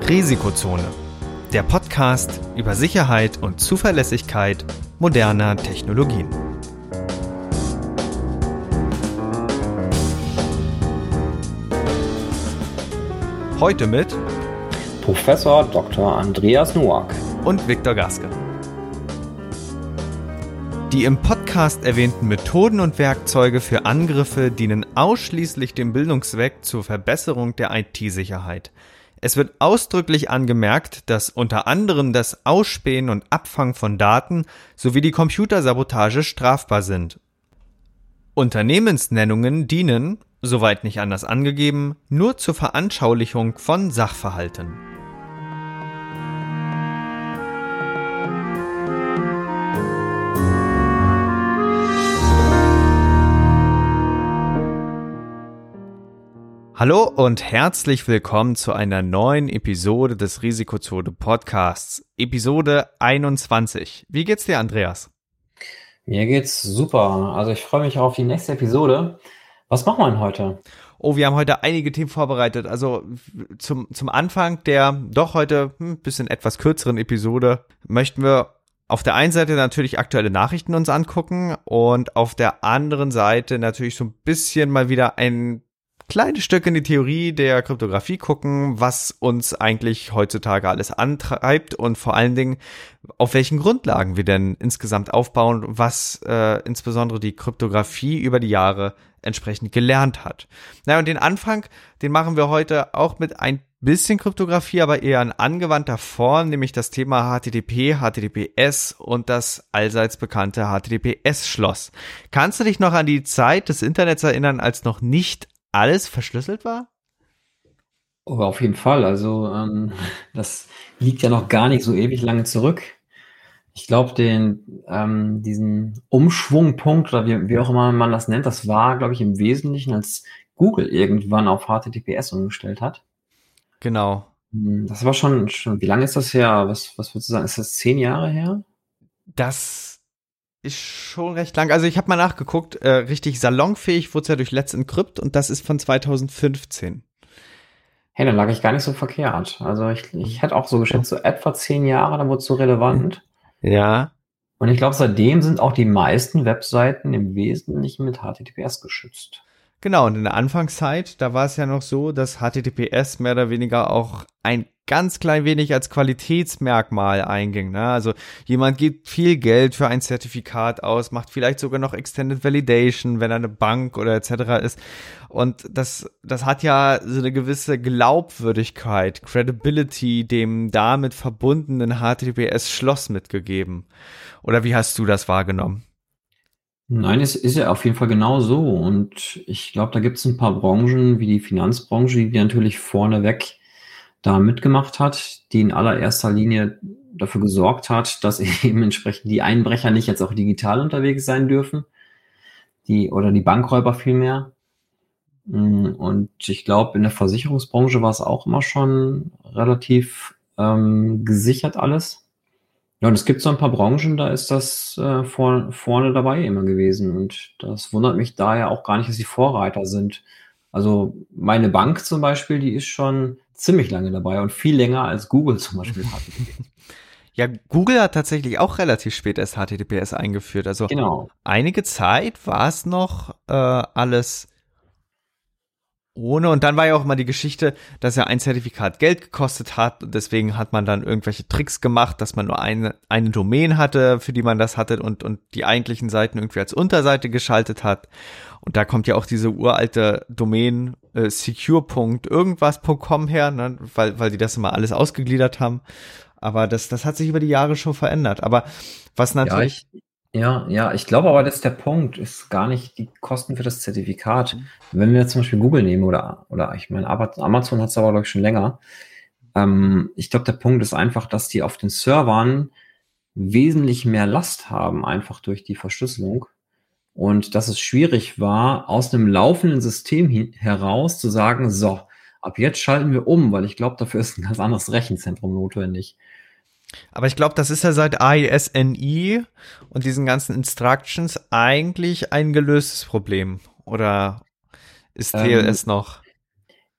Risikozone, der Podcast über Sicherheit und Zuverlässigkeit moderner Technologien. Heute mit Professor Dr. Andreas Noack und Viktor Gaske. Die im Podcast erwähnten Methoden und Werkzeuge für Angriffe dienen ausschließlich dem Bildungszweck zur Verbesserung der IT-Sicherheit. Es wird ausdrücklich angemerkt, dass unter anderem das Ausspähen und Abfangen von Daten sowie die Computersabotage strafbar sind. Unternehmensnennungen dienen, soweit nicht anders angegeben, nur zur Veranschaulichung von Sachverhalten. Hallo und herzlich willkommen zu einer neuen Episode des Risikozone Podcasts, Episode 21. Wie geht's dir, Andreas? Mir geht's super. Also ich freue mich auch auf die nächste Episode. Was machen wir denn heute? Oh, wir haben heute einige Themen vorbereitet. Also zum Anfang der doch heute ein bisschen etwas kürzeren Episode möchten wir auf der einen Seite natürlich aktuelle Nachrichten uns angucken und auf der anderen Seite natürlich so ein bisschen mal wieder ein kleines Stück in die Theorie der Kryptographie gucken, was uns eigentlich heutzutage alles antreibt und vor allen Dingen, auf welchen Grundlagen wir denn insgesamt aufbauen, was insbesondere die Kryptographie über die Jahre entsprechend gelernt hat. Naja, und den Anfang, den machen wir heute auch mit ein bisschen Kryptographie, aber eher in angewandter Form, nämlich das Thema HTTP, HTTPS und das allseits bekannte HTTPS-Schloss. Kannst du dich noch an die Zeit des Internets erinnern, als noch nicht alles verschlüsselt war? Oh, auf jeden Fall. Also das liegt ja noch gar nicht so ewig lange zurück. Ich glaube, diesen Umschwungpunkt oder wie auch immer man das nennt, das war, glaube ich, im Wesentlichen, als Google irgendwann auf HTTPS umgestellt hat. Genau. Das war schon, wie lange ist das her? Was würdest du sagen? Ist das 10 Jahre her? Das ist schon recht lang. Also ich habe mal nachgeguckt, richtig salonfähig wurde es ja durch Let's Encrypt und das ist von 2015. Hey, dann lag ich gar nicht so verkehrt. Also ich hätte auch so geschätzt, so etwa 10 Jahre, dann wurde es so relevant. Ja. Und ich glaube, seitdem sind auch die meisten Webseiten im Wesentlichen mit HTTPS geschützt. Genau, und in der Anfangszeit, da war es ja noch so, dass HTTPS mehr oder weniger auch ein ganz klein wenig als Qualitätsmerkmal einging. Ne? Also jemand gibt viel Geld für ein Zertifikat aus, macht vielleicht sogar noch Extended Validation, wenn er eine Bank oder etc. ist. Und das hat ja so eine gewisse Glaubwürdigkeit, Credibility dem damit verbundenen HTTPS-Schloss mitgegeben. Oder wie hast du das wahrgenommen? Nein, es ist ja auf jeden Fall genau so. Und ich glaube, da gibt es ein paar Branchen, wie die Finanzbranche, die natürlich vorneweg da mitgemacht hat, die in allererster Linie dafür gesorgt hat, dass eben entsprechend die Einbrecher nicht jetzt auch digital unterwegs sein dürfen. Die Bankräuber vielmehr. Und ich glaube, in der Versicherungsbranche war es auch immer schon relativ gesichert alles. Ja, und es gibt so ein paar Branchen, da ist das vorne dabei immer gewesen. Und das wundert mich daher auch gar nicht, dass sie Vorreiter sind. Also meine Bank zum Beispiel, die ist schon ziemlich lange dabei und viel länger als Google zum Beispiel hat. Ja, Google hat tatsächlich auch relativ spät erst HTTPS eingeführt. Also Genau. einige Zeit war es noch alles ohne. Und dann war ja auch mal die Geschichte, dass ja ein Zertifikat Geld gekostet hat. Und deswegen hat man dann irgendwelche Tricks gemacht, dass man nur eine Domain hatte, für die man das hatte und die eigentlichen Seiten irgendwie als Unterseite geschaltet hat. Und da kommt ja auch diese uralte Domain secure.irgendwas.com her, ne, weil die das immer alles ausgegliedert haben. Aber das hat sich über die Jahre schon verändert. Aber was natürlich... Ja, ich glaube aber, dass der Punkt ist gar nicht die Kosten für das Zertifikat. Wenn wir jetzt zum Beispiel Google nehmen oder ich meine, Amazon hat es aber, glaube ich, schon länger. Ich glaube, der Punkt ist einfach, dass die auf den Servern wesentlich mehr Last haben, einfach durch die Verschlüsselung. Und dass es schwierig war, aus einem laufenden System heraus zu sagen, so, ab jetzt schalten wir um, weil ich glaube, dafür ist ein ganz anderes Rechenzentrum notwendig. Aber ich glaube, das ist ja seit AES-NI und diesen ganzen Instructions eigentlich ein gelöstes Problem. Oder ist TLS noch?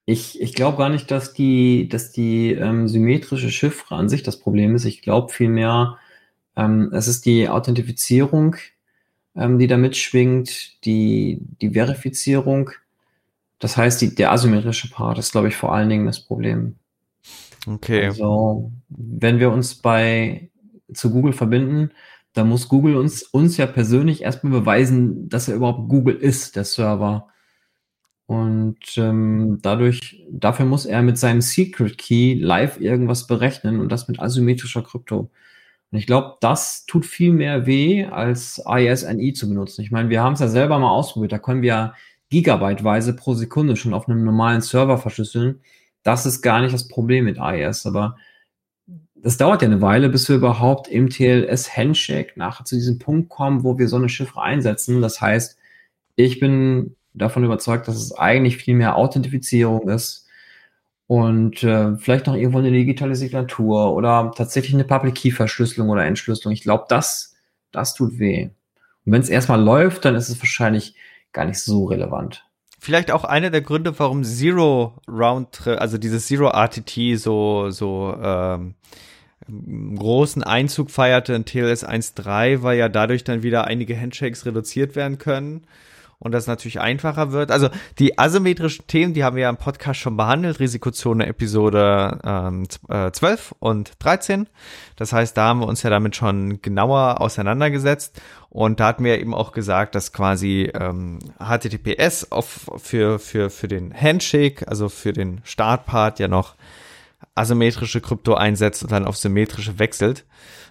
Ich glaube gar nicht, dass die symmetrische Chiffre an sich das Problem ist. Ich glaube vielmehr, es ist die Authentifizierung, die da mitschwingt, die Verifizierung. Das heißt, der asymmetrische Part ist, glaube ich, vor allen Dingen das Problem. Okay. Also, wenn wir uns zu Google verbinden, dann muss Google uns ja persönlich erstmal beweisen, dass er überhaupt Google ist, der Server. Und dafür muss er mit seinem Secret Key live irgendwas berechnen und das mit asymmetrischer Krypto. Und ich glaube, das tut viel mehr weh, als ISNI zu benutzen. Ich meine, wir haben es ja selber mal ausprobiert. Da können wir ja gigabyteweise pro Sekunde schon auf einem normalen Server verschlüsseln. Das ist gar nicht das Problem mit IS, aber das dauert ja eine Weile, bis wir überhaupt im TLS-Handshake nachher zu diesem Punkt kommen, wo wir so eine Chiffre einsetzen. Das heißt, ich bin davon überzeugt, dass es eigentlich viel mehr Authentifizierung ist und vielleicht noch irgendwo eine digitale Signatur oder tatsächlich eine Public Key Verschlüsselung oder Entschlüsselung. Ich glaube, das tut weh. Und wenn es erstmal läuft, dann ist es wahrscheinlich gar nicht so relevant. Vielleicht auch einer der Gründe, warum Zero Roundtrip, also dieses Zero RTT so großen Einzug feierte in TLS 1.3, weil ja dadurch dann wieder einige Handshakes reduziert werden können und das natürlich einfacher wird. Also die asymmetrischen Themen, die haben wir ja im Podcast schon behandelt, Risikozone Episode 12 und 13. Das heißt, da haben wir uns ja damit schon genauer auseinandergesetzt und da hatten wir eben auch gesagt, dass quasi HTTPS für den Handshake, also für den Startpart ja noch asymmetrische Krypto einsetzt und dann auf symmetrische wechselt.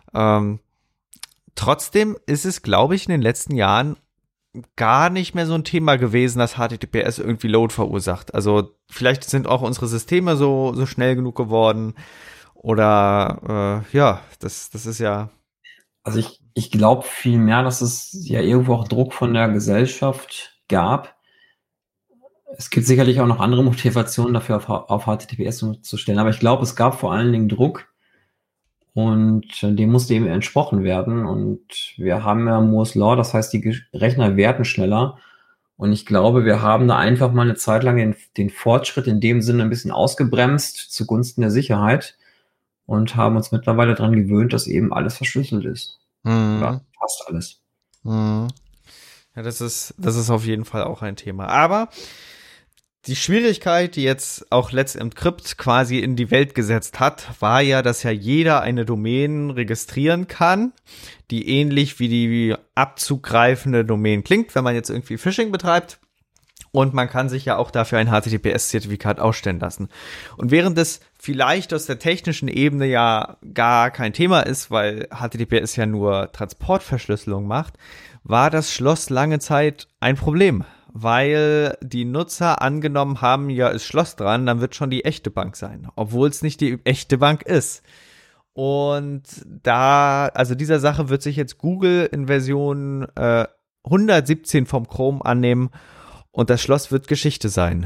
Trotzdem ist es, glaube ich, in den letzten Jahren gar nicht mehr so ein Thema gewesen, dass HTTPS irgendwie Load verursacht. Also vielleicht sind auch unsere Systeme so schnell genug geworden oder das ist ja. Also ich glaube vielmehr, dass es ja irgendwo auch Druck von der Gesellschaft gab. Es gibt sicherlich auch noch andere Motivationen dafür, auf HTTPS zu stellen, aber ich glaube, es gab vor allen Dingen Druck und dem musste eben entsprochen werden. Und wir haben ja Moore's Law, das heißt, die Rechner werden schneller. Und ich glaube, wir haben da einfach mal eine Zeit lang den Fortschritt in dem Sinne ein bisschen ausgebremst zugunsten der Sicherheit und haben uns mittlerweile daran gewöhnt, dass eben alles verschlüsselt ist. Oder fast alles. Ja, das ist auf jeden Fall auch ein Thema. Aber die Schwierigkeit, die jetzt auch Let's Encrypt quasi in die Welt gesetzt hat, war ja, dass ja jeder eine Domain registrieren kann, die ähnlich wie die abzuggreifende Domain klingt, wenn man jetzt irgendwie Phishing betreibt. Und man kann sich ja auch dafür ein HTTPS-Zertifikat ausstellen lassen. Und während es vielleicht aus der technischen Ebene ja gar kein Thema ist, weil HTTPS ja nur Transportverschlüsselung macht, war das Schloss lange Zeit ein Problem. Weil die Nutzer angenommen haben, ja, ist Schloss dran, dann wird schon die echte Bank sein, obwohl es nicht die echte Bank ist. Und also dieser Sache wird sich jetzt Google in Version 117 vom Chrome annehmen und das Schloss wird Geschichte sein.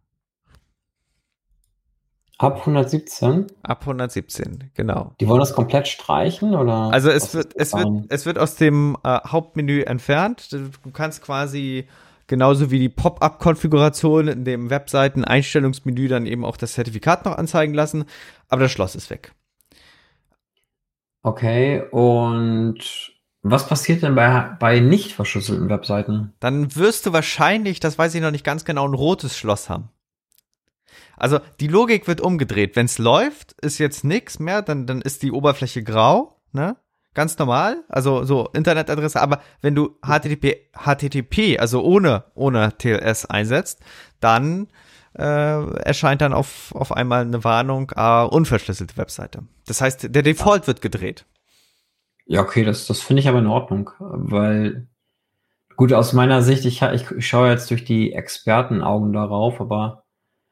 Ab 117? Ab 117, genau. Die wollen das komplett streichen, oder? Also es wird aus dem Hauptmenü entfernt. Du kannst quasi genauso wie die Pop-up-Konfiguration in dem Webseiten-Einstellungsmenü dann eben auch das Zertifikat noch anzeigen lassen, aber das Schloss ist weg. Okay, und was passiert denn bei nicht verschlüsselten Webseiten? Dann wirst du wahrscheinlich, das weiß ich noch nicht ganz genau, ein rotes Schloss haben. Also die Logik wird umgedreht. Wenn es läuft, ist jetzt nichts mehr, dann ist die Oberfläche grau, ne? Ganz normal, also so Internetadresse, aber wenn du HTTP, also ohne TLS einsetzt, dann erscheint dann auf einmal eine Warnung, unverschlüsselte Webseite. Das heißt, der Default wird gedreht. Ja, okay, das finde ich aber in Ordnung, weil, gut, aus meiner Sicht, ich schaue jetzt durch die Expertenaugen darauf, aber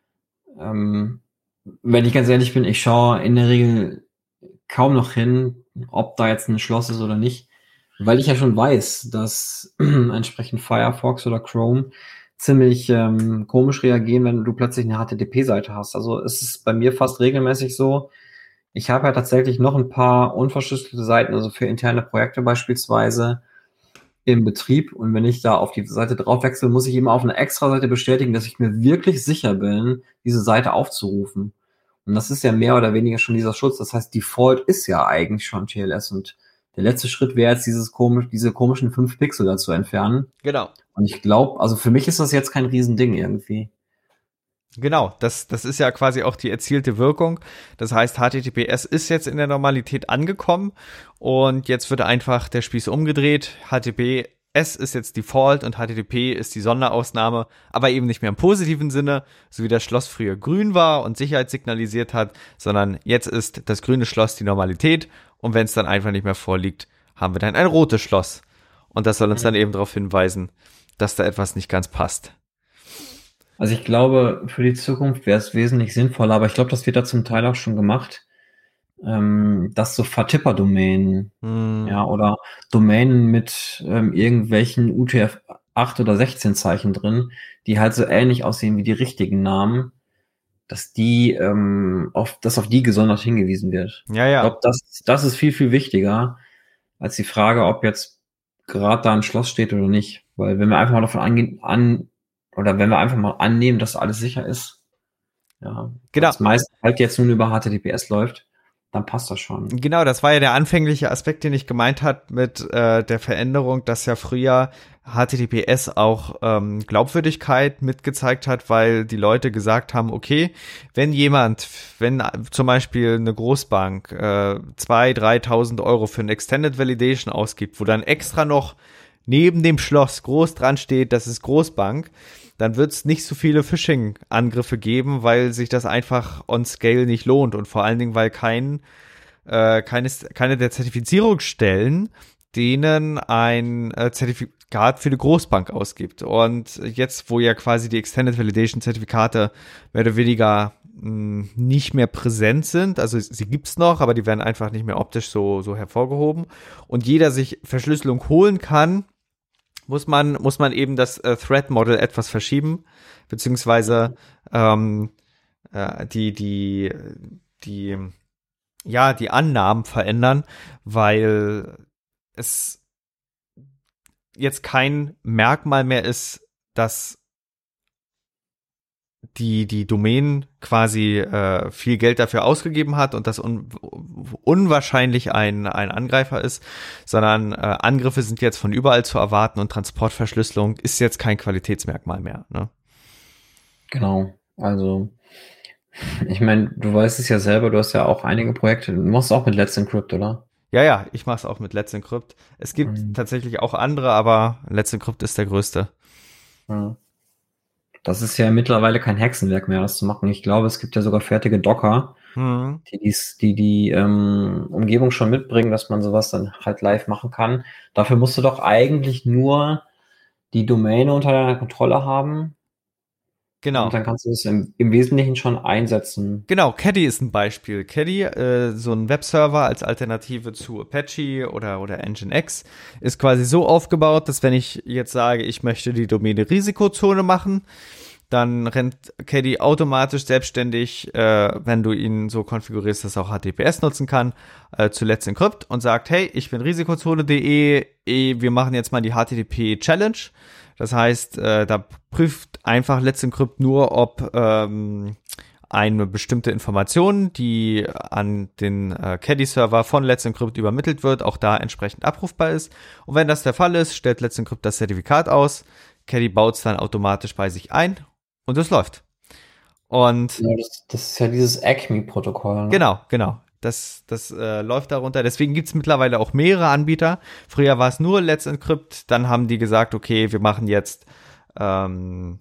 wenn ich ganz ehrlich bin, ich schaue in der Regel kaum noch hin, ob da jetzt ein Schloss ist oder nicht, weil ich ja schon weiß, dass entsprechend Firefox oder Chrome ziemlich komisch reagieren, wenn du plötzlich eine HTTP-Seite hast. Also es ist bei mir fast regelmäßig so. Ich habe ja tatsächlich noch ein paar unverschlüsselte Seiten, also für interne Projekte beispielsweise, im Betrieb und wenn ich da auf die Seite drauf wechsle, muss ich immer auf eine extra Seite bestätigen, dass ich mir wirklich sicher bin, diese Seite aufzurufen. Und das ist ja mehr oder weniger schon dieser Schutz. Das heißt, Default ist ja eigentlich schon TLS und der letzte Schritt wäre jetzt diese komischen 5 Pixel da zu entfernen. Genau. Und ich glaube, also für mich ist das jetzt kein Riesending irgendwie. Genau, das ist ja quasi auch die erzielte Wirkung. Das heißt, HTTPS ist jetzt in der Normalität angekommen und jetzt wird einfach der Spieß umgedreht. HTTPS ist jetzt Default und HTTP ist die Sonderausnahme, aber eben nicht mehr im positiven Sinne, so wie das Schloss früher grün war und Sicherheit signalisiert hat, sondern jetzt ist das grüne Schloss die Normalität und wenn es dann einfach nicht mehr vorliegt, haben wir dann ein rotes Schloss. Und das soll uns dann eben darauf hinweisen, dass da etwas nicht ganz passt. Also ich glaube, für die Zukunft wäre es wesentlich sinnvoller, aber ich glaube, das wird da zum Teil auch schon gemacht, dass so Vertipper-Domänen, ja, oder Domänen mit irgendwelchen UTF-8 oder 16 Zeichen drin, die halt so ähnlich aussehen wie die richtigen Namen, dass die auf die gesondert hingewiesen wird. Ja, Ich ja. glaube, das ist viel, viel wichtiger als die Frage, ob jetzt gerade da ein Schloss steht oder nicht. Weil wenn wir einfach mal wenn wir einfach mal annehmen, dass alles sicher ist, ja, Genau. das meiste halt jetzt nun über HTTPS läuft, dann passt das schon. Genau, das war ja der anfängliche Aspekt, den ich gemeint hat mit der Veränderung, dass ja früher HTTPS auch Glaubwürdigkeit mitgezeigt hat, weil die Leute gesagt haben, okay, wenn zum Beispiel eine Großbank 2.000, 3.000 Euro für eine Extended Validation ausgibt, wo dann extra noch neben dem Schloss groß dran steht, das ist Großbank, dann wird es nicht so viele Phishing-Angriffe geben, weil sich das einfach on scale nicht lohnt und vor allen Dingen, weil keine der Zertifizierungsstellen denen ein Zertifikat für eine Großbank ausgibt. Und jetzt, wo ja quasi die Extended Validation Zertifikate mehr oder weniger nicht mehr präsent sind, also sie gibt's noch, aber die werden einfach nicht mehr optisch so hervorgehoben und jeder sich Verschlüsselung holen kann, muss man eben das Threat Model etwas verschieben, beziehungsweise die Annahmen verändern, weil es jetzt kein Merkmal mehr ist, dass die Domain quasi viel Geld dafür ausgegeben hat und das unwahrscheinlich ein Angreifer ist, sondern Angriffe sind jetzt von überall zu erwarten und Transportverschlüsselung ist jetzt kein Qualitätsmerkmal mehr. Ne? Genau, also ich meine, du weißt es ja selber, du hast ja auch einige Projekte, du machst auch mit Let's Encrypt, oder? Ja, ich mache es auch mit Let's Encrypt. Es gibt tatsächlich auch andere, aber Let's Encrypt ist der größte. Ja. Das ist ja mittlerweile kein Hexenwerk mehr, das zu machen. Ich glaube, es gibt ja sogar fertige Docker, die Umgebung schon mitbringen, dass man sowas dann halt live machen kann. Dafür musst du doch eigentlich nur die Domäne unter deiner Kontrolle haben. Genau. Und dann kannst du es im Wesentlichen schon einsetzen. Genau, Caddy ist ein Beispiel. Caddy, so ein Webserver als Alternative zu Apache oder Nginx, ist quasi so aufgebaut, dass wenn ich jetzt sage, ich möchte die Domäne Risikozone machen, dann rennt Caddy automatisch selbstständig, wenn du ihn so konfigurierst, dass er auch HTTPS nutzen kann, zu Let's Encrypt und sagt, hey, ich bin Risikozone.de, wir machen jetzt mal die HTTP-Challenge. Das heißt, da prüft einfach Let's Encrypt nur, ob eine bestimmte Information, die an den Caddy-Server von Let's Encrypt übermittelt wird, auch da entsprechend abrufbar ist. Und wenn das der Fall ist, stellt Let's Encrypt das Zertifikat aus. Caddy baut es dann automatisch bei sich ein und es läuft. Und ja, das ist ja dieses ACME-Protokoll. Ne? Genau. Das läuft darunter. Deswegen gibt's mittlerweile auch mehrere Anbieter. Früher war es nur Let's Encrypt. Dann haben die gesagt, okay, wir machen jetzt ein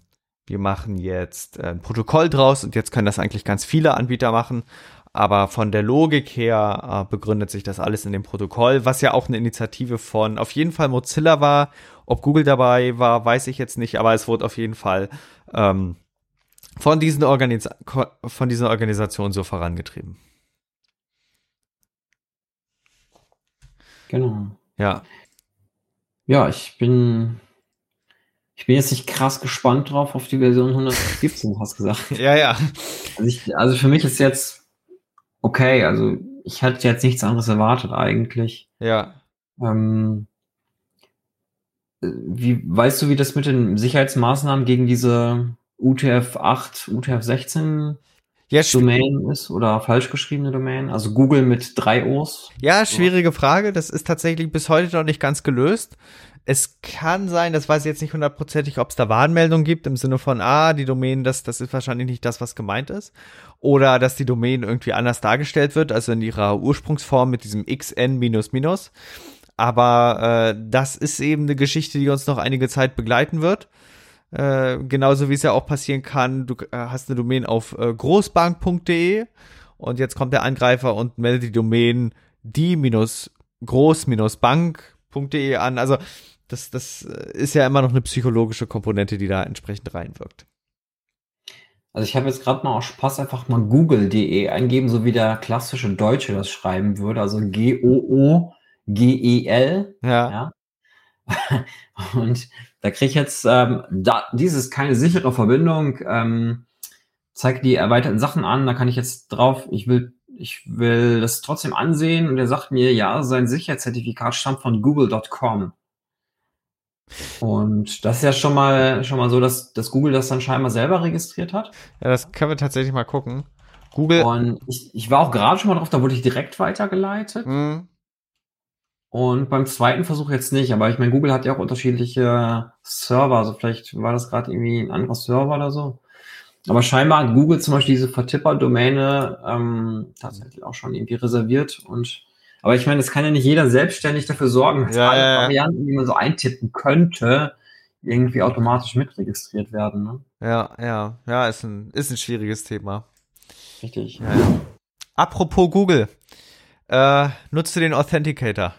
Protokoll draus und jetzt können das eigentlich ganz viele Anbieter machen. Aber von der Logik her begründet sich das alles in dem Protokoll, was ja auch eine Initiative von auf jeden Fall Mozilla war. Ob Google dabei war, weiß ich jetzt nicht, aber es wurde auf jeden Fall von diesen Organisationen so vorangetrieben. Genau. Ja. Ja, ich bin jetzt nicht krass gespannt drauf auf die Version 117, hast gesagt. Ja. Also für mich ist jetzt okay, also ich hatte jetzt nichts anderes erwartet eigentlich. Ja. Wie weißt du, wie das mit den Sicherheitsmaßnahmen gegen diese UTF-8, UTF-16 Ja, Domain ist oder falsch geschriebene Domain? Also Google mit 3 O's? ja, So. schwierige Frage. Das ist tatsächlich bis heute noch nicht ganz gelöst. Es kann sein, das weiß ich jetzt nicht hundertprozentig, ob es da Warnmeldungen gibt im Sinne von, die Domain, das ist wahrscheinlich nicht das, was gemeint ist. Oder dass die Domain irgendwie anders dargestellt wird, also in ihrer Ursprungsform mit diesem XN minus minus. Aber das ist eben eine Geschichte, die uns noch einige Zeit begleiten wird. Genauso wie es ja auch passieren kann, du hast eine Domain auf großbank.de und jetzt kommt der Angreifer und meldet die Domain die-groß-bank.de an. Also das ist ja immer noch eine psychologische Komponente, die da entsprechend reinwirkt. Also ich habe jetzt gerade mal aus Spaß einfach mal google.de eingeben, so wie der klassische Deutsche das schreiben würde, also Googel, Ja. Und da kriege ich jetzt, dies ist keine sichere Verbindung, zeigt die erweiterten Sachen an, da kann ich jetzt drauf, ich will das trotzdem ansehen und er sagt mir, ja, sein Sicherheitszertifikat stammt von google.com. Und das ist ja schon mal so, dass Google das dann scheinbar selber registriert hat. Ja, das können wir tatsächlich mal gucken. Google. Und ich war auch gerade schon mal drauf, da wurde ich direkt weitergeleitet. Und beim zweiten Versuch jetzt nicht, aber ich meine, Google hat ja auch unterschiedliche Server, also vielleicht war das gerade irgendwie ein anderer Server oder so. Aber scheinbar hat Google zum Beispiel diese Vertipper-Domäne tatsächlich auch schon irgendwie reserviert. Aber ich meine, es kann ja nicht jeder selbstständig dafür sorgen, dass alle Varianten, die man so eintippen könnte, irgendwie automatisch mitregistriert werden. Ne? Ja, ist ein schwieriges Thema. Richtig. Ja. Apropos Google, nutzt du den Authenticator?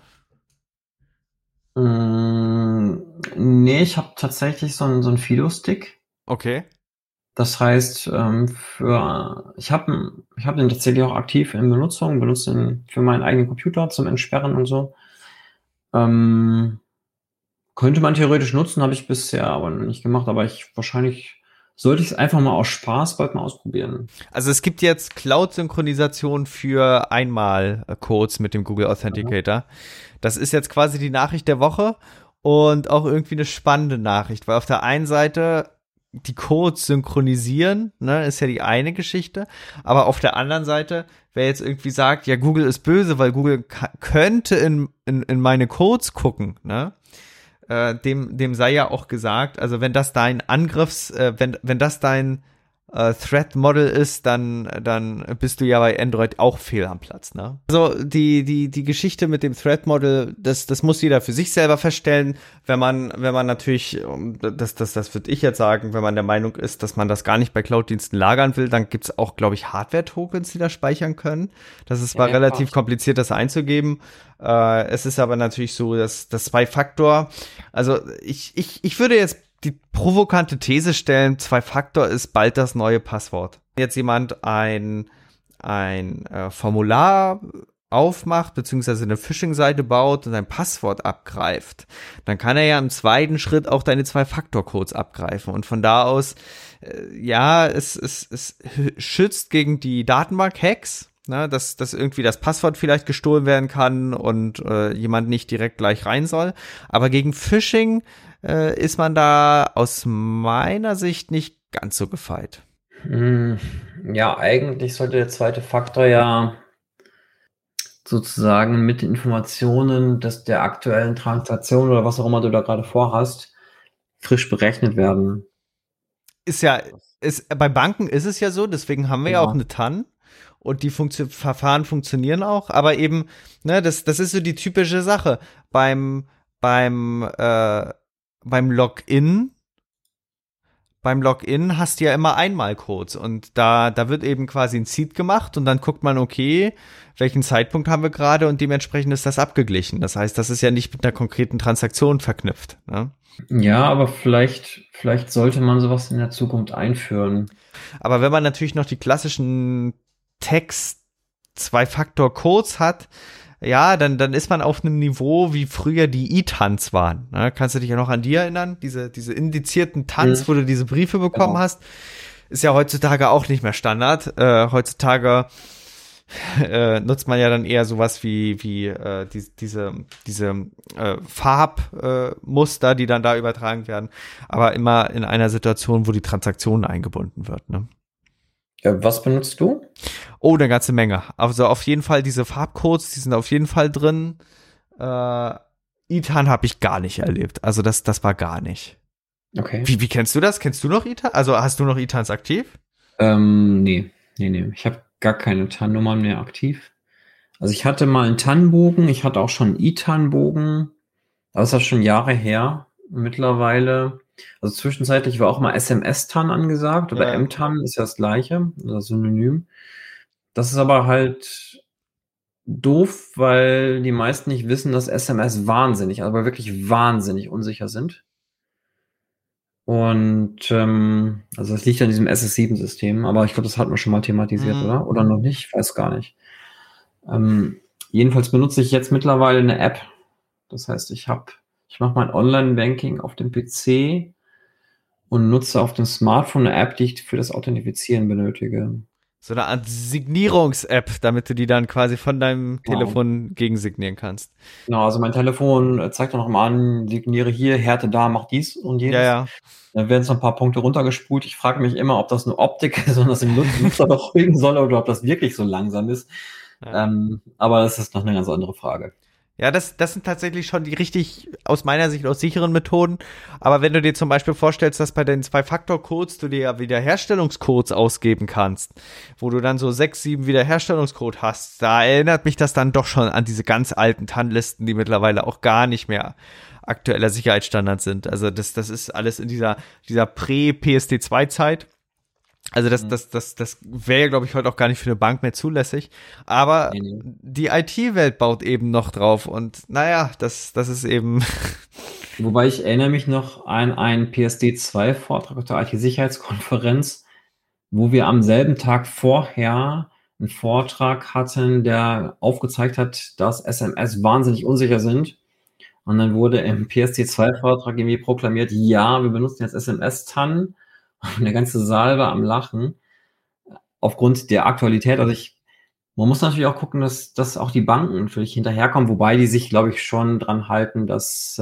Nee, ich habe tatsächlich so einen Fido-Stick. Okay. Das heißt, ich habe den tatsächlich auch aktiv in Benutzung, benutze den für meinen eigenen Computer zum Entsperren und so. Könnte man theoretisch nutzen, habe ich bisher aber noch nicht gemacht, aber wahrscheinlich sollte ich es einfach mal aus Spaß bald mal ausprobieren. Also es gibt jetzt Cloud-Synchronisation für Einmal-Codes mit dem Google Authenticator. Das ist jetzt quasi die Nachricht der Woche und auch irgendwie eine spannende Nachricht, weil auf der einen Seite die Codes synchronisieren, ne, ist ja die eine Geschichte, aber auf der anderen Seite, wer jetzt irgendwie sagt, ja, Google ist böse, weil Google könnte in meine Codes gucken, ne, dem sei ja auch gesagt, also wenn das dein wenn das dein Threat Model ist, dann bist du ja bei Android auch fehl am Platz, ne? Also die Geschichte mit dem Threat Model, das muss jeder für sich selber feststellen, wenn man natürlich, das würde ich jetzt sagen, wenn man der Meinung ist, dass man das gar nicht bei Cloud-Diensten lagern will, dann gibt's auch, glaube ich, Hardware-Tokens, die da speichern können. Das ist zwar relativ kompliziert, das einzugeben. Es ist aber natürlich so, dass das Zwei-Faktor, also ich würde jetzt die provokante These stellen, Zwei-Faktor ist bald das neue Passwort. Wenn jetzt jemand ein Formular aufmacht, beziehungsweise eine Phishing-Seite baut und ein Passwort abgreift, dann kann er ja im zweiten Schritt auch deine Zwei-Faktor-Codes abgreifen. Und von da aus, es schützt gegen die Datenbank-Hacks, ne, dass irgendwie das Passwort vielleicht gestohlen werden kann und jemand nicht direkt gleich rein soll. Aber gegen Phishing ist man da aus meiner Sicht nicht ganz so gefeit. Ja, eigentlich sollte der zweite Faktor ja sozusagen mit Informationen der aktuellen Transaktion oder was auch immer du da gerade vorhast, frisch berechnet werden. Bei Banken ist es ja so, deswegen haben wir ja auch eine TAN und die Verfahren funktionieren auch, aber eben, ne, das ist so die typische Sache. Beim Login hast du ja immer Einmalcodes und da wird eben quasi ein Seed gemacht und dann guckt man, okay, welchen Zeitpunkt haben wir gerade und dementsprechend ist das abgeglichen. Das heißt, das ist ja nicht mit einer konkreten Transaktion verknüpft. Ne? Ja, aber vielleicht sollte man sowas in der Zukunft einführen. Aber wenn man natürlich noch die klassischen Text-Zwei-Faktor-Codes hat, ja, dann ist man auf einem Niveau, wie früher die E-Tans waren. Ne? Kannst du dich ja noch an die erinnern? Diese indizierten Tans, wo du diese Briefe bekommen hast, ist ja heutzutage auch nicht mehr Standard. Heutzutage, nutzt man ja dann eher sowas wie diese Farbmuster, die dann da übertragen werden, aber immer in einer Situation, wo die Transaktion eingebunden wird, ne? Was benutzt du? Oh, eine ganze Menge. Also auf jeden Fall diese Farbcodes, die sind auf jeden Fall drin. ITAN habe ich gar nicht erlebt. Also das war gar nicht. Okay. Wie kennst du das? Kennst du noch ITAN? Also hast du noch ITANs aktiv? Nee. Ich habe gar keine TAN-Nummern mehr aktiv. Also ich hatte mal einen TAN-Bogen, ich hatte auch schon einen ITAN-Bogen. Aber das ist schon Jahre her mittlerweile. Also zwischenzeitlich war auch mal SMS-TAN angesagt oder Ja. M-TAN ist ja das gleiche, oder Synonym. Das ist aber halt doof, weil die meisten nicht wissen, dass SMS wahnsinnig, aber wirklich wahnsinnig unsicher sind. Und also das liegt an diesem SS7-System, aber ich glaube, das hatten wir schon mal thematisiert, oder? Oder noch nicht? Ich weiß gar nicht. Jedenfalls benutze ich jetzt mittlerweile eine App. Das heißt, ich mache mein Online-Banking auf dem PC und nutze auf dem Smartphone eine App, die ich für das Authentifizieren benötige. So eine Art Signierungs-App, damit du die dann quasi von deinem Genau. Telefon gegensignieren kannst. Genau, also mein Telefon zeigt dann noch mal an, signiere hier, Härte da, mach dies und jenes. Ja. Dann werden so ein paar Punkte runtergespult. Ich frage mich immer, ob das nur Optik ist und das den Nutzer beruhigen soll oder ob das wirklich so langsam ist. Ja. Aber das ist noch eine ganz andere Frage. Ja, das sind tatsächlich schon die richtig, aus meiner Sicht, aus sicheren Methoden. Aber wenn du dir zum Beispiel vorstellst, dass bei den Zwei-Faktor-Codes du dir ja Wiederherstellungscodes ausgeben kannst, wo du dann so 6, 7 Wiederherstellungscode hast, da erinnert mich das dann doch schon an diese ganz alten TAN-Listen, die mittlerweile auch gar nicht mehr aktueller Sicherheitsstandard sind. Also das ist alles in dieser Prä-PSD2-Zeit. Also das wäre ja, glaube ich, heute auch gar nicht für eine Bank mehr zulässig. Aber Nee. die IT-Welt baut eben noch drauf und naja, das ist eben. Wobei ich erinnere mich noch an einen PSD2-Vortrag auf der IT-Sicherheitskonferenz, wo wir am selben Tag vorher einen Vortrag hatten, der aufgezeigt hat, dass SMS wahnsinnig unsicher sind. Und dann wurde im PSD2-Vortrag irgendwie proklamiert, ja, wir benutzen jetzt SMS-TAN. Und der ganze Saal war am Lachen aufgrund der Aktualität. Also man muss natürlich auch gucken, dass auch die Banken natürlich hinterherkommen, wobei die sich, glaube ich, schon dran halten, dass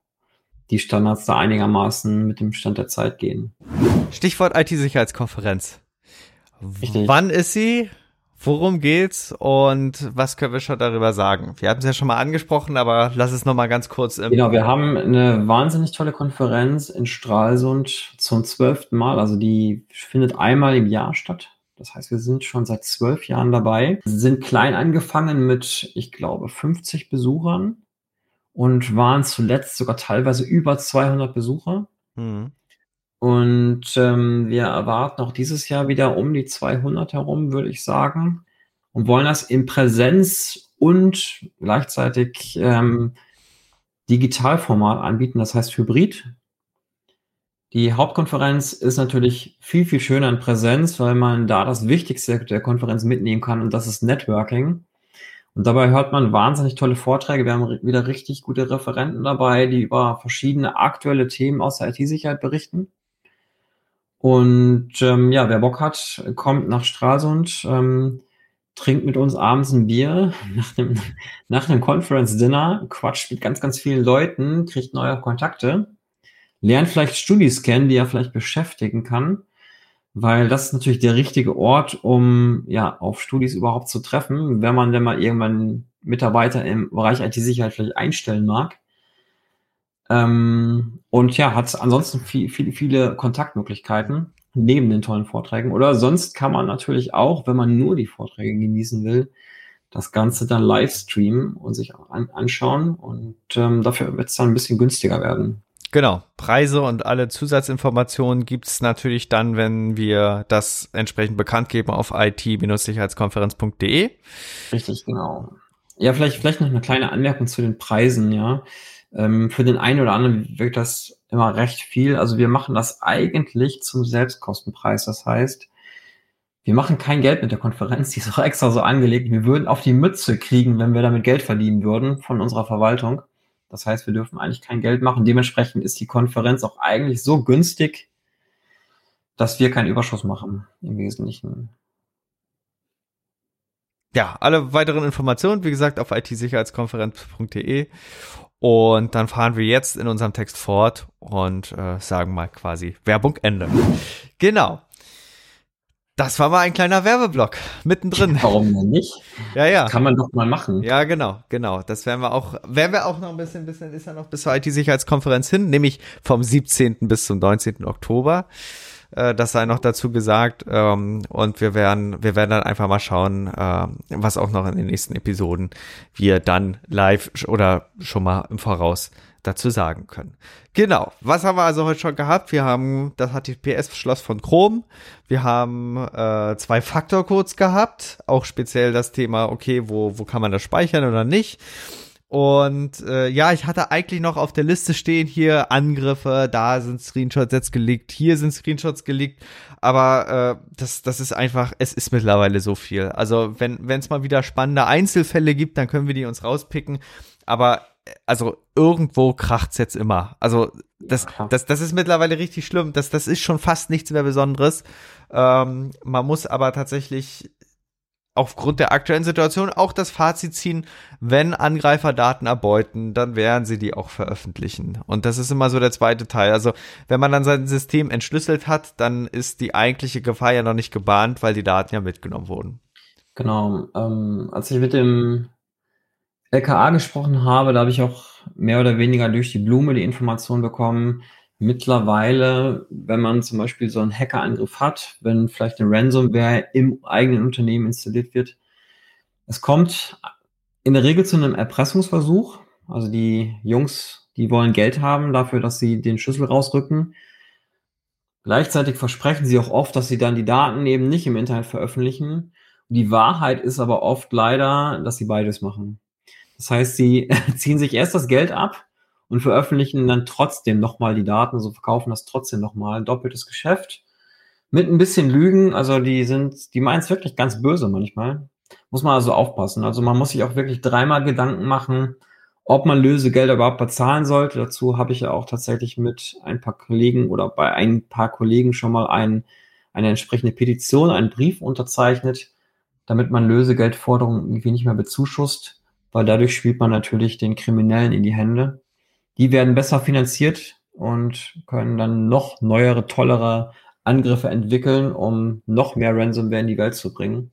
die Standards da einigermaßen mit dem Stand der Zeit gehen. Stichwort IT-Sicherheitskonferenz. Richtig. Wann ist sie? Worum geht's? Und was können wir schon darüber sagen? Wir haben es ja schon mal angesprochen, aber lass es noch mal ganz kurz. Genau, wir haben eine wahnsinnig tolle Konferenz in Stralsund zum 12. Mal. Also die findet einmal im Jahr statt. Das heißt, wir sind schon seit 12 Jahren dabei. Sind klein angefangen mit, ich glaube, 50 Besuchern und waren zuletzt sogar teilweise über 200 Besucher. Und wir erwarten auch dieses Jahr wieder um die 200 herum, würde ich sagen. Und wollen das in Präsenz und gleichzeitig Digitalformat anbieten, das heißt Hybrid. Die Hauptkonferenz ist natürlich viel, viel schöner in Präsenz, weil man da das Wichtigste der Konferenz mitnehmen kann und das ist Networking. Und dabei hört man wahnsinnig tolle Vorträge. Wir haben wieder richtig gute Referenten dabei, die über verschiedene aktuelle Themen aus der IT-Sicherheit berichten. Und wer Bock hat, kommt nach Stralsund, trinkt mit uns abends ein Bier nach einem Conference-Dinner, quatscht mit ganz, ganz vielen Leuten, kriegt neue Kontakte, lernt vielleicht Studis kennen, die er vielleicht beschäftigen kann, weil das ist natürlich der richtige Ort, um auf Studis überhaupt zu treffen, wenn man denn mal irgendwann Mitarbeiter im Bereich IT-Sicherheit vielleicht einstellen mag. Und hat ansonsten viele Kontaktmöglichkeiten neben den tollen Vorträgen. Oder sonst kann man natürlich auch, wenn man nur die Vorträge genießen will, das Ganze dann live streamen und sich auch anschauen. Und dafür wird es dann ein bisschen günstiger werden. Genau, Preise und alle Zusatzinformationen gibt's natürlich dann, wenn wir das entsprechend bekannt geben auf it-sicherheitskonferenz.de. Richtig, genau. Ja, vielleicht noch eine kleine Anmerkung zu den Preisen, ja. Für den einen oder anderen wirkt das immer recht viel. Also wir machen das eigentlich zum Selbstkostenpreis. Das heißt, wir machen kein Geld mit der Konferenz, die ist auch extra so angelegt. Wir würden auf die Mütze kriegen, wenn wir damit Geld verdienen würden von unserer Verwaltung. Das heißt, wir dürfen eigentlich kein Geld machen. Dementsprechend ist die Konferenz auch eigentlich so günstig, dass wir keinen Überschuss machen im Wesentlichen. ja, alle weiteren Informationen, wie gesagt, auf it-sicherheitskonferenz.de. Und dann fahren wir jetzt in unserem Text fort und sagen mal quasi Werbung Ende. Genau. Das war mal ein kleiner Werbeblock mittendrin. Warum denn nicht? Ja. Das kann man doch mal machen. Ja, genau. Das werden wir auch noch ein bisschen ist ja noch bis zur IT-Sicherheitskonferenz hin, nämlich vom 17. bis zum 19. Oktober. Das sei noch dazu gesagt. Und wir werden dann einfach mal schauen, was auch noch in den nächsten Episoden wir dann live oder schon mal im Voraus dazu sagen können. Genau. Was haben wir also heute schon gehabt? Wir haben das HTTPS-Schloss von Chrome. Wir haben 2-Faktor-Codes gehabt. Auch speziell das Thema, okay, wo kann man das speichern oder nicht? Und ich hatte eigentlich noch auf der Liste stehen hier Angriffe, da sind Screenshots jetzt geleakt, hier sind Screenshots geleakt, aber das ist einfach, es ist mittlerweile so viel. Also wenn es mal wieder spannende Einzelfälle gibt, dann können wir die uns rauspicken, aber also irgendwo kracht's jetzt immer. Also das ist mittlerweile richtig schlimm, das ist schon fast nichts mehr Besonderes. Man muss aber tatsächlich aufgrund der aktuellen Situation auch das Fazit ziehen, wenn Angreifer Daten erbeuten, dann werden sie die auch veröffentlichen. Und das ist immer so der zweite Teil. Also wenn man dann sein System entschlüsselt hat, dann ist die eigentliche Gefahr ja noch nicht gebahnt, weil die Daten ja mitgenommen wurden. Genau. Als ich mit dem LKA gesprochen habe, da habe ich auch mehr oder weniger durch die Blume die Information bekommen. Mittlerweile, wenn man zum Beispiel so einen Hackerangriff hat, wenn vielleicht eine Ransomware im eigenen Unternehmen installiert wird, es kommt in der Regel zu einem Erpressungsversuch. Also die Jungs, die wollen Geld haben dafür, dass sie den Schlüssel rausrücken. Gleichzeitig versprechen sie auch oft, dass sie dann die Daten eben nicht im Internet veröffentlichen. Die Wahrheit ist aber oft leider, dass sie beides machen. Das heißt, sie ziehen sich erst das Geld ab und veröffentlichen dann trotzdem nochmal die Daten, also verkaufen das trotzdem nochmal. Doppeltes Geschäft. Mit ein bisschen Lügen, also die meinen es wirklich ganz böse manchmal. Muss man also aufpassen. Also man muss sich auch wirklich dreimal Gedanken machen, ob man Lösegelder überhaupt bezahlen sollte. Dazu habe ich ja auch tatsächlich mit ein paar Kollegen oder bei ein paar Kollegen schon mal eine entsprechende Petition, einen Brief unterzeichnet, damit man Lösegeldforderungen irgendwie nicht mehr bezuschusst, weil dadurch spielt man natürlich den Kriminellen in die Hände. Die werden besser finanziert und können dann noch neuere, tollere Angriffe entwickeln, um noch mehr Ransomware in die Welt zu bringen.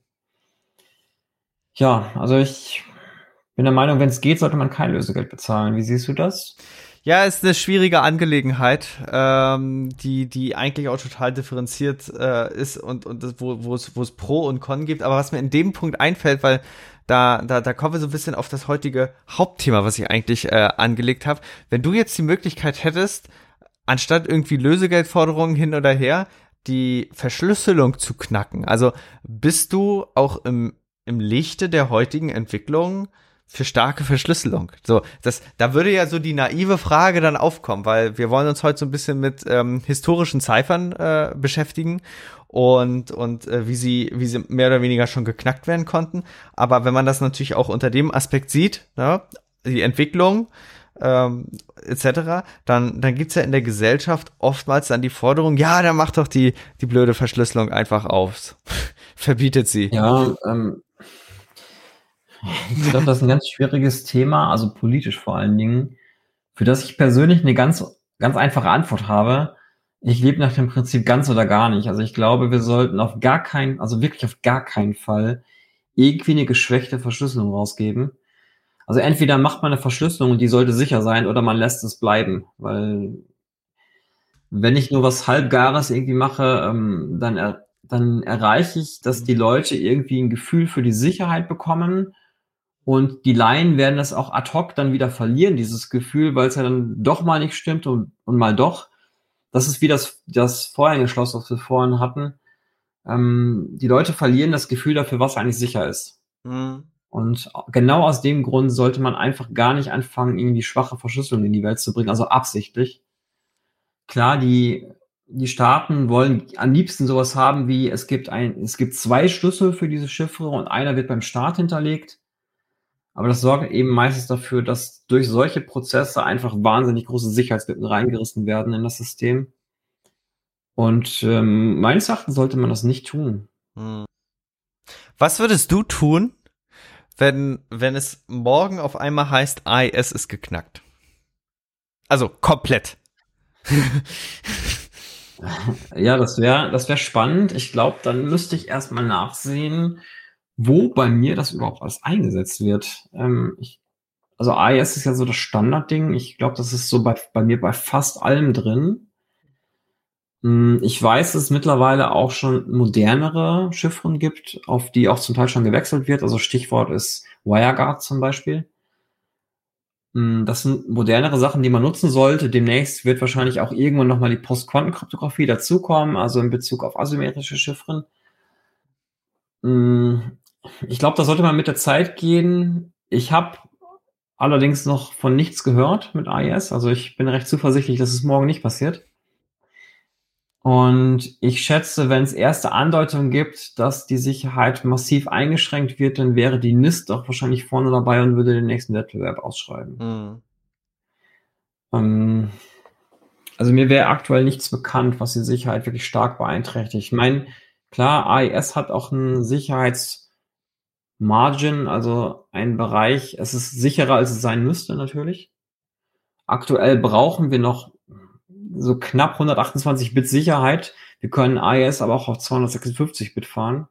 Ja, also ich bin der Meinung, wenn es geht, sollte man kein Lösegeld bezahlen. Wie siehst du das? Ja, ist eine schwierige Angelegenheit, die eigentlich auch total differenziert ist und wo es Pro und Con gibt. Aber was mir in dem Punkt einfällt, weil da kommen wir so ein bisschen auf das heutige Hauptthema, was ich eigentlich angelegt habe. Wenn du jetzt die Möglichkeit hättest, anstatt irgendwie Lösegeldforderungen hin oder her, die Verschlüsselung zu knacken. Also bist du auch im Lichte der heutigen Entwicklung für starke Verschlüsselung? So, da würde ja so die naive Frage dann aufkommen, weil wir wollen uns heute so ein bisschen mit historischen Ziffern beschäftigen und wie sie mehr oder weniger schon geknackt werden konnten. Aber wenn man das natürlich auch unter dem Aspekt sieht, ne, die Entwicklung etc., dann gibt's ja in der Gesellschaft oftmals dann die Forderung, ja, dann macht doch die blöde Verschlüsselung einfach auf. Verbietet sie. Ja, ich glaube, das ist ein ganz schwieriges Thema, also politisch vor allen Dingen, für das ich persönlich eine ganz, ganz einfache Antwort habe. Ich lebe nach dem Prinzip ganz oder gar nicht. Also ich glaube, wir sollten wirklich auf gar keinen Fall irgendwie eine geschwächte Verschlüsselung rausgeben. Also entweder macht man eine Verschlüsselung und die sollte sicher sein oder man lässt es bleiben, weil wenn ich nur was Halbgares irgendwie mache, dann erreiche ich, dass die Leute irgendwie ein Gefühl für die Sicherheit bekommen und die Laien werden das auch ad hoc dann wieder verlieren, dieses Gefühl, weil es ja dann doch mal nicht stimmt und mal doch. Das ist wie das Vorhängeschloss, was wir vorhin hatten. Die Leute verlieren das Gefühl dafür, was eigentlich sicher ist. Mhm. Und genau aus dem Grund sollte man einfach gar nicht anfangen, irgendwie schwache Verschlüsselung in die Welt zu bringen, also absichtlich. Klar, die Staaten wollen am liebsten sowas haben wie, es gibt 2 Schlüssel für diese Chiffre und einer wird beim Staat hinterlegt. Aber das sorgt eben meistens dafür, dass durch solche Prozesse einfach wahnsinnig große Sicherheitslücken reingerissen werden in das System. Und meines Erachtens sollte man das nicht tun. Was würdest du tun, wenn es morgen auf einmal heißt, AES ist geknackt? Also komplett. Ja, das wär spannend. Ich glaube, dann müsste ich erstmal nachsehen, wo bei mir das überhaupt alles eingesetzt wird. Also AES ist ja so das Standardding. Ich glaube, das ist so bei mir bei fast allem drin. Ich weiß, dass es mittlerweile auch schon modernere Chiffren gibt, auf die auch zum Teil schon gewechselt wird. Also Stichwort ist WireGuard zum Beispiel. Das sind modernere Sachen, die man nutzen sollte. Demnächst wird wahrscheinlich auch irgendwann nochmal die Postquantenkryptographie dazukommen, also in Bezug auf asymmetrische Chiffren. Ich glaube, da sollte man mit der Zeit gehen. Ich habe allerdings noch von nichts gehört mit AES. Also ich bin recht zuversichtlich, dass es morgen nicht passiert. Und ich schätze, wenn es erste Andeutungen gibt, dass die Sicherheit massiv eingeschränkt wird, dann wäre die NIST doch wahrscheinlich vorne dabei und würde den nächsten Wettbewerb ausschreiben. Also mir wäre aktuell nichts bekannt, was die Sicherheit wirklich stark beeinträchtigt. Ich meine, klar, AES hat auch einen Sicherheitsmargin, also einen Bereich. Es ist sicherer, als es sein müsste, natürlich. Aktuell brauchen wir noch so knapp 128 Bit Sicherheit. Wir können AES aber auch auf 256 Bit fahren.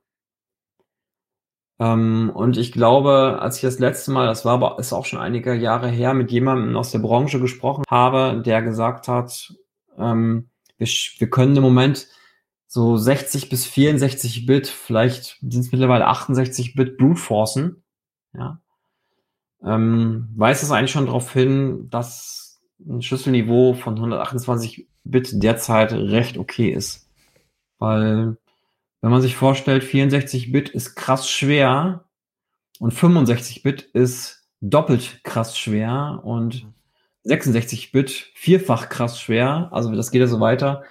Und ich glaube, als ich das letzte Mal, das war aber ist auch schon einige Jahre her, mit jemandem aus der Branche gesprochen habe, der gesagt hat, wir können im Moment so 60 bis 64 Bit, vielleicht sind es mittlerweile 68 Bit brute forcen. Ja. Weist es eigentlich schon darauf hin, dass ein Schlüsselniveau von 128 Bit derzeit recht okay ist. Weil, wenn man sich vorstellt, 64 Bit ist krass schwer und 65 Bit ist doppelt krass schwer und 66 Bit vierfach krass schwer. Also das geht ja so weiter.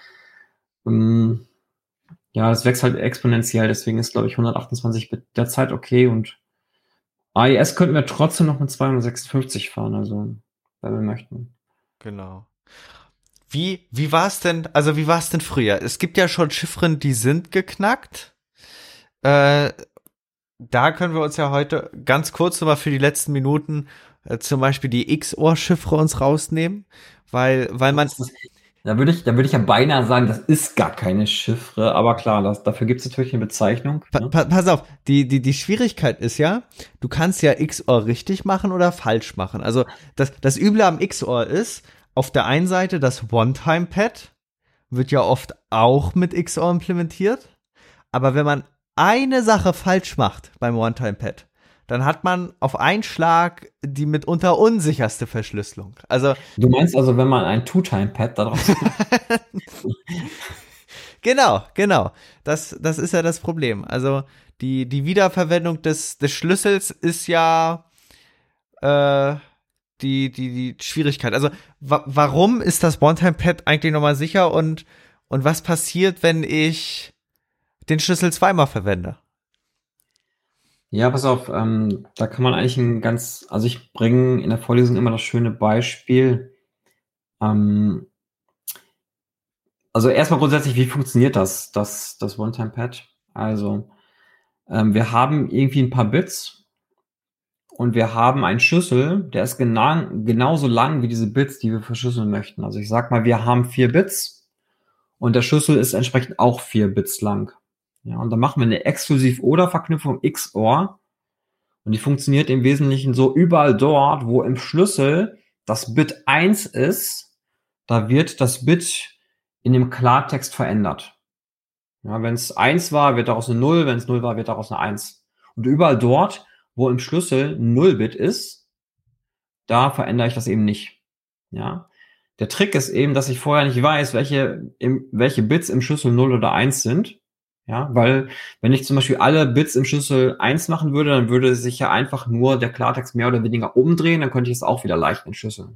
Ja, das wächst halt exponentiell. Deswegen ist, glaube ich, 128 Bit derzeit okay und AES könnten wir trotzdem noch mit 256 fahren, also wenn wir möchten. Genau. Wie war es denn, also wie war es denn früher? Es gibt ja schon Chiffren, die sind geknackt. Da können wir uns ja heute ganz kurz nochmal für die letzten Minuten zum Beispiel die XOR-Chiffre uns rausnehmen, weil man. Da würde ich ja beinahe sagen, das ist gar keine Chiffre, aber klar, dafür gibt es natürlich eine Bezeichnung. Ne? Pass auf, die Schwierigkeit ist ja, du kannst ja XOR richtig machen oder falsch machen. Also das Üble am XOR ist, auf der einen Seite das One-Time-Pad wird ja oft auch mit XOR implementiert, aber wenn man eine Sache falsch macht beim One-Time-Pad, dann hat man auf einen Schlag die mitunter unsicherste Verschlüsselung. Also du meinst also, wenn man ein Two-Time-Pad da drauf Genau. Das ist ja das Problem. Also die Wiederverwendung des Schlüssels ist ja die Schwierigkeit. Also warum ist das One-Time-Pad eigentlich nochmal sicher und was passiert, wenn ich den Schlüssel zweimal verwende? Ja, pass auf, da kann man eigentlich also ich bringe in der Vorlesung immer das schöne Beispiel. Also erstmal grundsätzlich, wie funktioniert das One-Time-Pad? Also, wir haben irgendwie ein paar Bits und wir haben einen Schlüssel, der ist genauso lang wie diese Bits, die wir verschlüsseln möchten. Also ich sag mal, wir haben 4 Bits und der Schlüssel ist entsprechend auch 4 Bits lang. Ja, und dann machen wir eine Exklusiv-Oder-Verknüpfung XOR und die funktioniert im Wesentlichen so: überall dort, wo im Schlüssel das Bit 1 ist, da wird das Bit in dem Klartext verändert. Ja, wenn es 1 war, wird daraus eine 0, wenn es 0 war, wird daraus eine 1. Und überall dort, wo im Schlüssel 0-Bit ist, da verändere ich das eben nicht. Ja. Der Trick ist eben, dass ich vorher nicht weiß, welche Bits im Schlüssel 0 oder 1 sind. Ja, weil wenn ich zum Beispiel alle Bits im Schlüssel 1 machen würde, dann würde sich ja einfach nur der Klartext mehr oder weniger umdrehen, dann könnte ich es auch wieder leicht entschlüsseln.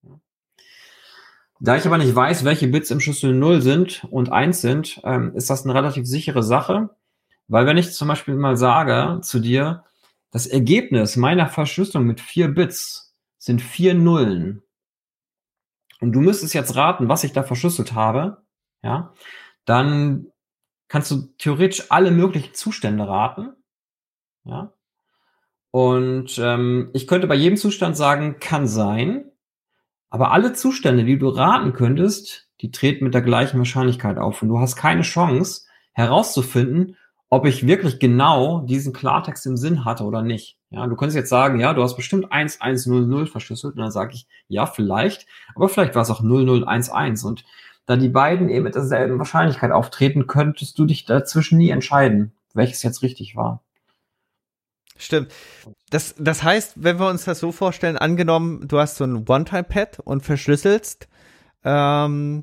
Da ich aber nicht weiß, welche Bits im Schlüssel 0 sind und 1 sind, ist das eine relativ sichere Sache, weil wenn ich zum Beispiel mal sage zu dir, das Ergebnis meiner Verschlüsselung mit 4 Bits sind 4 Nullen und du müsstest jetzt raten, was ich da verschlüsselt habe, ja, dann kannst du theoretisch alle möglichen Zustände raten, ja, Und ich könnte bei jedem Zustand sagen, kann sein, aber alle Zustände, die du raten könntest, die treten mit der gleichen Wahrscheinlichkeit auf. Und du hast keine Chance herauszufinden, ob ich wirklich genau diesen Klartext im Sinn hatte oder nicht. Ja, du könntest jetzt sagen, ja, du hast bestimmt 1100 verschlüsselt. Und dann sage ich, ja, vielleicht, aber vielleicht war es auch 0011. Und da die beiden eben mit derselben Wahrscheinlichkeit auftreten, könntest du dich dazwischen nie entscheiden, welches jetzt richtig war. Stimmt. Das heißt, wenn wir uns das so vorstellen, angenommen, du hast so ein One-Time-Pad und verschlüsselst Genau,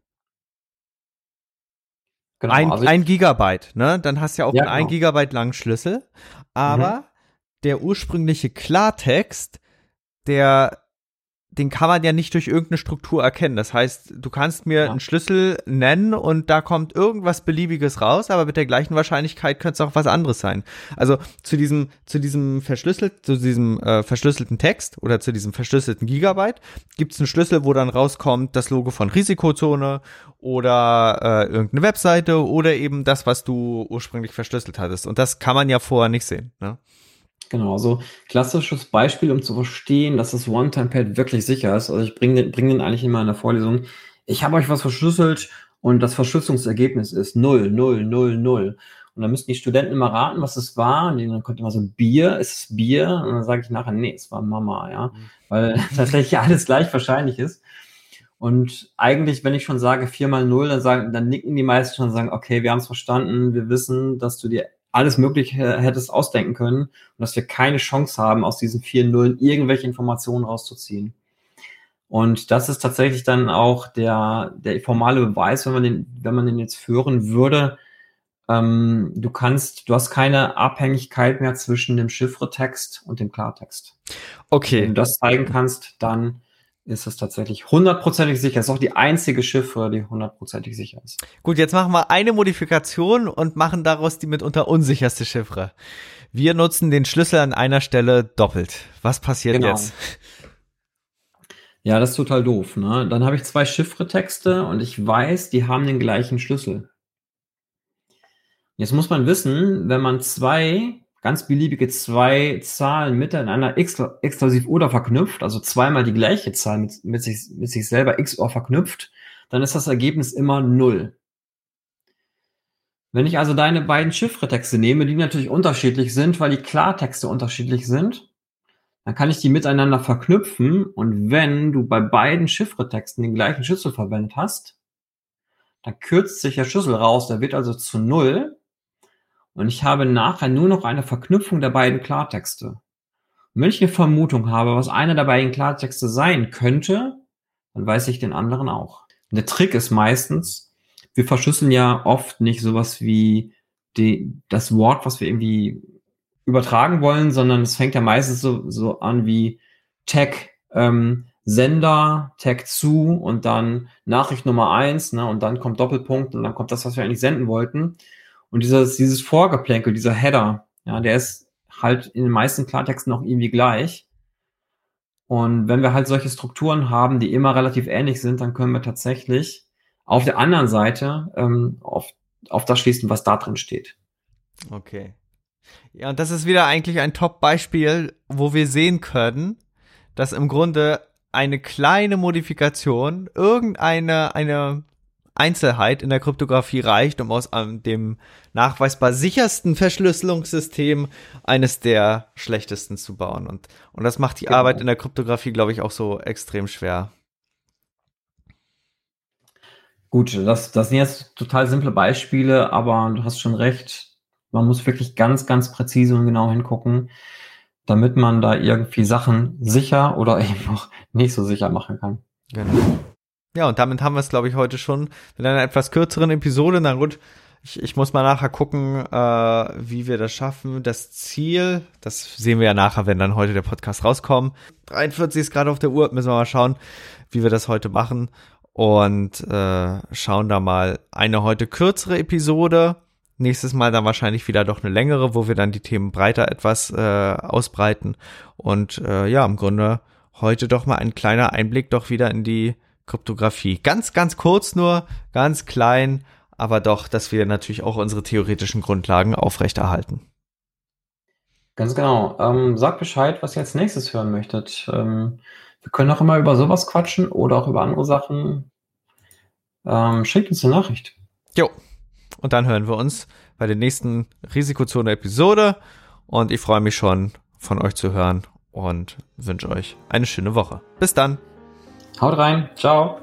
ein Gigabyte, ne? Dann hast du ja auch einen 1 genau. Gigabyte langen Schlüssel. Aber der ursprüngliche Klartext, den kann man ja nicht durch irgendeine Struktur erkennen. Das heißt, du kannst mir einen Schlüssel nennen und da kommt irgendwas Beliebiges raus, aber mit der gleichen Wahrscheinlichkeit könnte es auch was anderes sein. Also zu diesem verschlüsselten Text oder zu diesem verschlüsselten Gigabyte gibt es einen Schlüssel, wo dann rauskommt das Logo von Risikozone oder irgendeine Webseite oder eben das, was du ursprünglich verschlüsselt hattest. Und das kann man ja vorher nicht sehen, ne? Genau, so klassisches Beispiel, um zu verstehen, dass das One-Time-Pad wirklich sicher ist. Also ich bringe den eigentlich immer in der Vorlesung. Ich habe euch was verschlüsselt und das Verschlüsselungsergebnis ist 0, 0, 0, 0. Und dann müssten die Studenten immer raten, was es war. Und dann kommt immer so Bier, ist es Bier? Und dann sage ich nachher, nee, es war Mama, ja. Weil tatsächlich alles gleich wahrscheinlich ist. Und eigentlich, wenn ich schon sage 4 mal 0, dann nicken die meisten schon und sagen, okay, wir haben es verstanden, wir wissen, dass du dir alles Mögliche hättest ausdenken können und dass wir keine Chance haben, aus diesen 4 Nullen irgendwelche Informationen rauszuziehen. Und das ist tatsächlich dann auch der formale Beweis, wenn man den jetzt führen würde. Du hast keine Abhängigkeit mehr zwischen dem Chiffretext und dem Klartext. Okay. Wenn du das zeigen kannst, dann ist es tatsächlich 100%ig sicher. Es ist auch die einzige Chiffre, die 100%ig sicher ist. Gut, jetzt machen wir eine Modifikation und machen daraus die mitunter unsicherste Chiffre. Wir nutzen den Schlüssel an einer Stelle doppelt. Was passiert jetzt? Ja, das ist total doof, ne? Dann habe ich 2 Chiffretexte und ich weiß, die haben den gleichen Schlüssel. Jetzt muss man wissen, wenn man ganz beliebige 2 Zahlen miteinander exklusiv oder verknüpft, also zweimal die gleiche Zahl mit sich selber XOR verknüpft, dann ist das Ergebnis immer 0. Wenn ich also deine beiden Chiffretexte nehme, die natürlich unterschiedlich sind, weil die Klartexte unterschiedlich sind, dann kann ich die miteinander verknüpfen und wenn du bei beiden Chiffretexten den gleichen Schlüssel verwendet hast, dann kürzt sich der Schlüssel raus, der wird also zu 0. Und ich habe nachher nur noch eine Verknüpfung der beiden Klartexte. Und wenn ich eine Vermutung habe, was einer der beiden Klartexte sein könnte, dann weiß ich den anderen auch. Und der Trick ist meistens, wir verschlüsseln ja oft nicht sowas wie das Wort, was wir irgendwie übertragen wollen, sondern es fängt ja meistens so an wie Tag Sender, Tag zu und dann Nachricht Nummer 1, ne, und dann kommt Doppelpunkt und dann kommt das, was wir eigentlich senden wollten. Und dieses Vorgeplänkel, dieser Header, ja, der ist halt in den meisten Klartexten auch irgendwie gleich. Und wenn wir halt solche Strukturen haben, die immer relativ ähnlich sind, dann können wir tatsächlich auf der anderen Seite auf das schließen, was da drin steht. Okay. Ja, und das ist wieder eigentlich ein Top-Beispiel, wo wir sehen können, dass im Grunde eine kleine Modifikation, eine Einzelheit in der Kryptographie reicht, um aus dem nachweisbar sichersten Verschlüsselungssystem eines der schlechtesten zu bauen. Und das macht die Arbeit in der Kryptographie, glaube ich, auch so extrem schwer. Gut, das sind jetzt total simple Beispiele, aber du hast schon recht. Man muss wirklich ganz, ganz präzise und genau hingucken, damit man da irgendwie Sachen sicher oder eben auch nicht so sicher machen kann. Genau. Ja, und damit haben wir es, glaube ich, heute schon mit einer etwas kürzeren Episode. Na gut, ich muss mal nachher gucken, wie wir das schaffen. Das Ziel, das sehen wir ja nachher, wenn dann heute der Podcast rauskommt. 43 ist gerade auf der Uhr, müssen wir mal schauen, wie wir das heute machen. Und schauen da mal eine heute kürzere Episode. Nächstes Mal dann wahrscheinlich wieder doch eine längere, wo wir dann die Themen breiter etwas ausbreiten. Und ja, im Grunde heute doch mal ein kleiner Einblick doch wieder in die Kryptographie. Ganz, ganz kurz nur, ganz klein, aber doch, dass wir natürlich auch unsere theoretischen Grundlagen aufrechterhalten. Ganz genau. Sagt Bescheid, was ihr als nächstes hören möchtet. Wir können auch immer über sowas quatschen oder auch über andere Sachen. Schickt uns eine Nachricht. Jo, und dann hören wir uns bei der nächsten Risikozone-Episode und ich freue mich schon, von euch zu hören und wünsche euch eine schöne Woche. Bis dann. Haut rein. Ciao.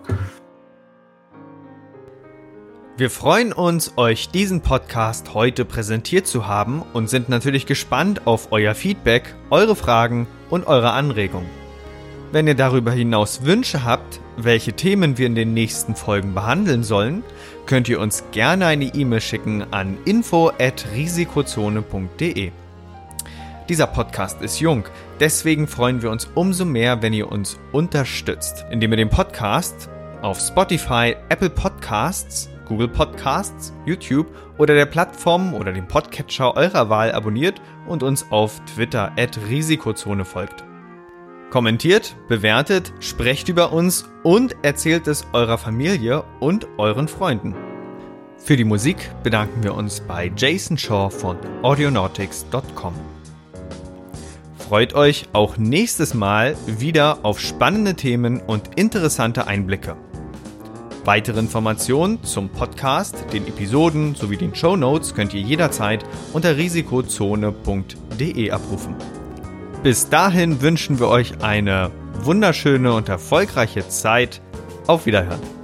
Wir freuen uns, euch diesen Podcast heute präsentiert zu haben und sind natürlich gespannt auf euer Feedback, eure Fragen und eure Anregungen. Wenn ihr darüber hinaus Wünsche habt, welche Themen wir in den nächsten Folgen behandeln sollen, könnt ihr uns gerne eine E-Mail schicken an info@risikozone.de. Dieser Podcast ist jung, deswegen freuen wir uns umso mehr, wenn ihr uns unterstützt, indem ihr den Podcast auf Spotify, Apple Podcasts, Google Podcasts, YouTube oder der Plattform oder dem Podcatcher eurer Wahl abonniert und uns auf Twitter @Risikozone folgt. Kommentiert, bewertet, sprecht über uns und erzählt es eurer Familie und euren Freunden. Für die Musik bedanken wir uns bei Jason Shaw von audionautics.com. Freut euch auch nächstes Mal wieder auf spannende Themen und interessante Einblicke. Weitere Informationen zum Podcast, den Episoden sowie den Shownotes könnt ihr jederzeit unter risikozone.de abrufen. Bis dahin wünschen wir euch eine wunderschöne und erfolgreiche Zeit. Auf Wiederhören.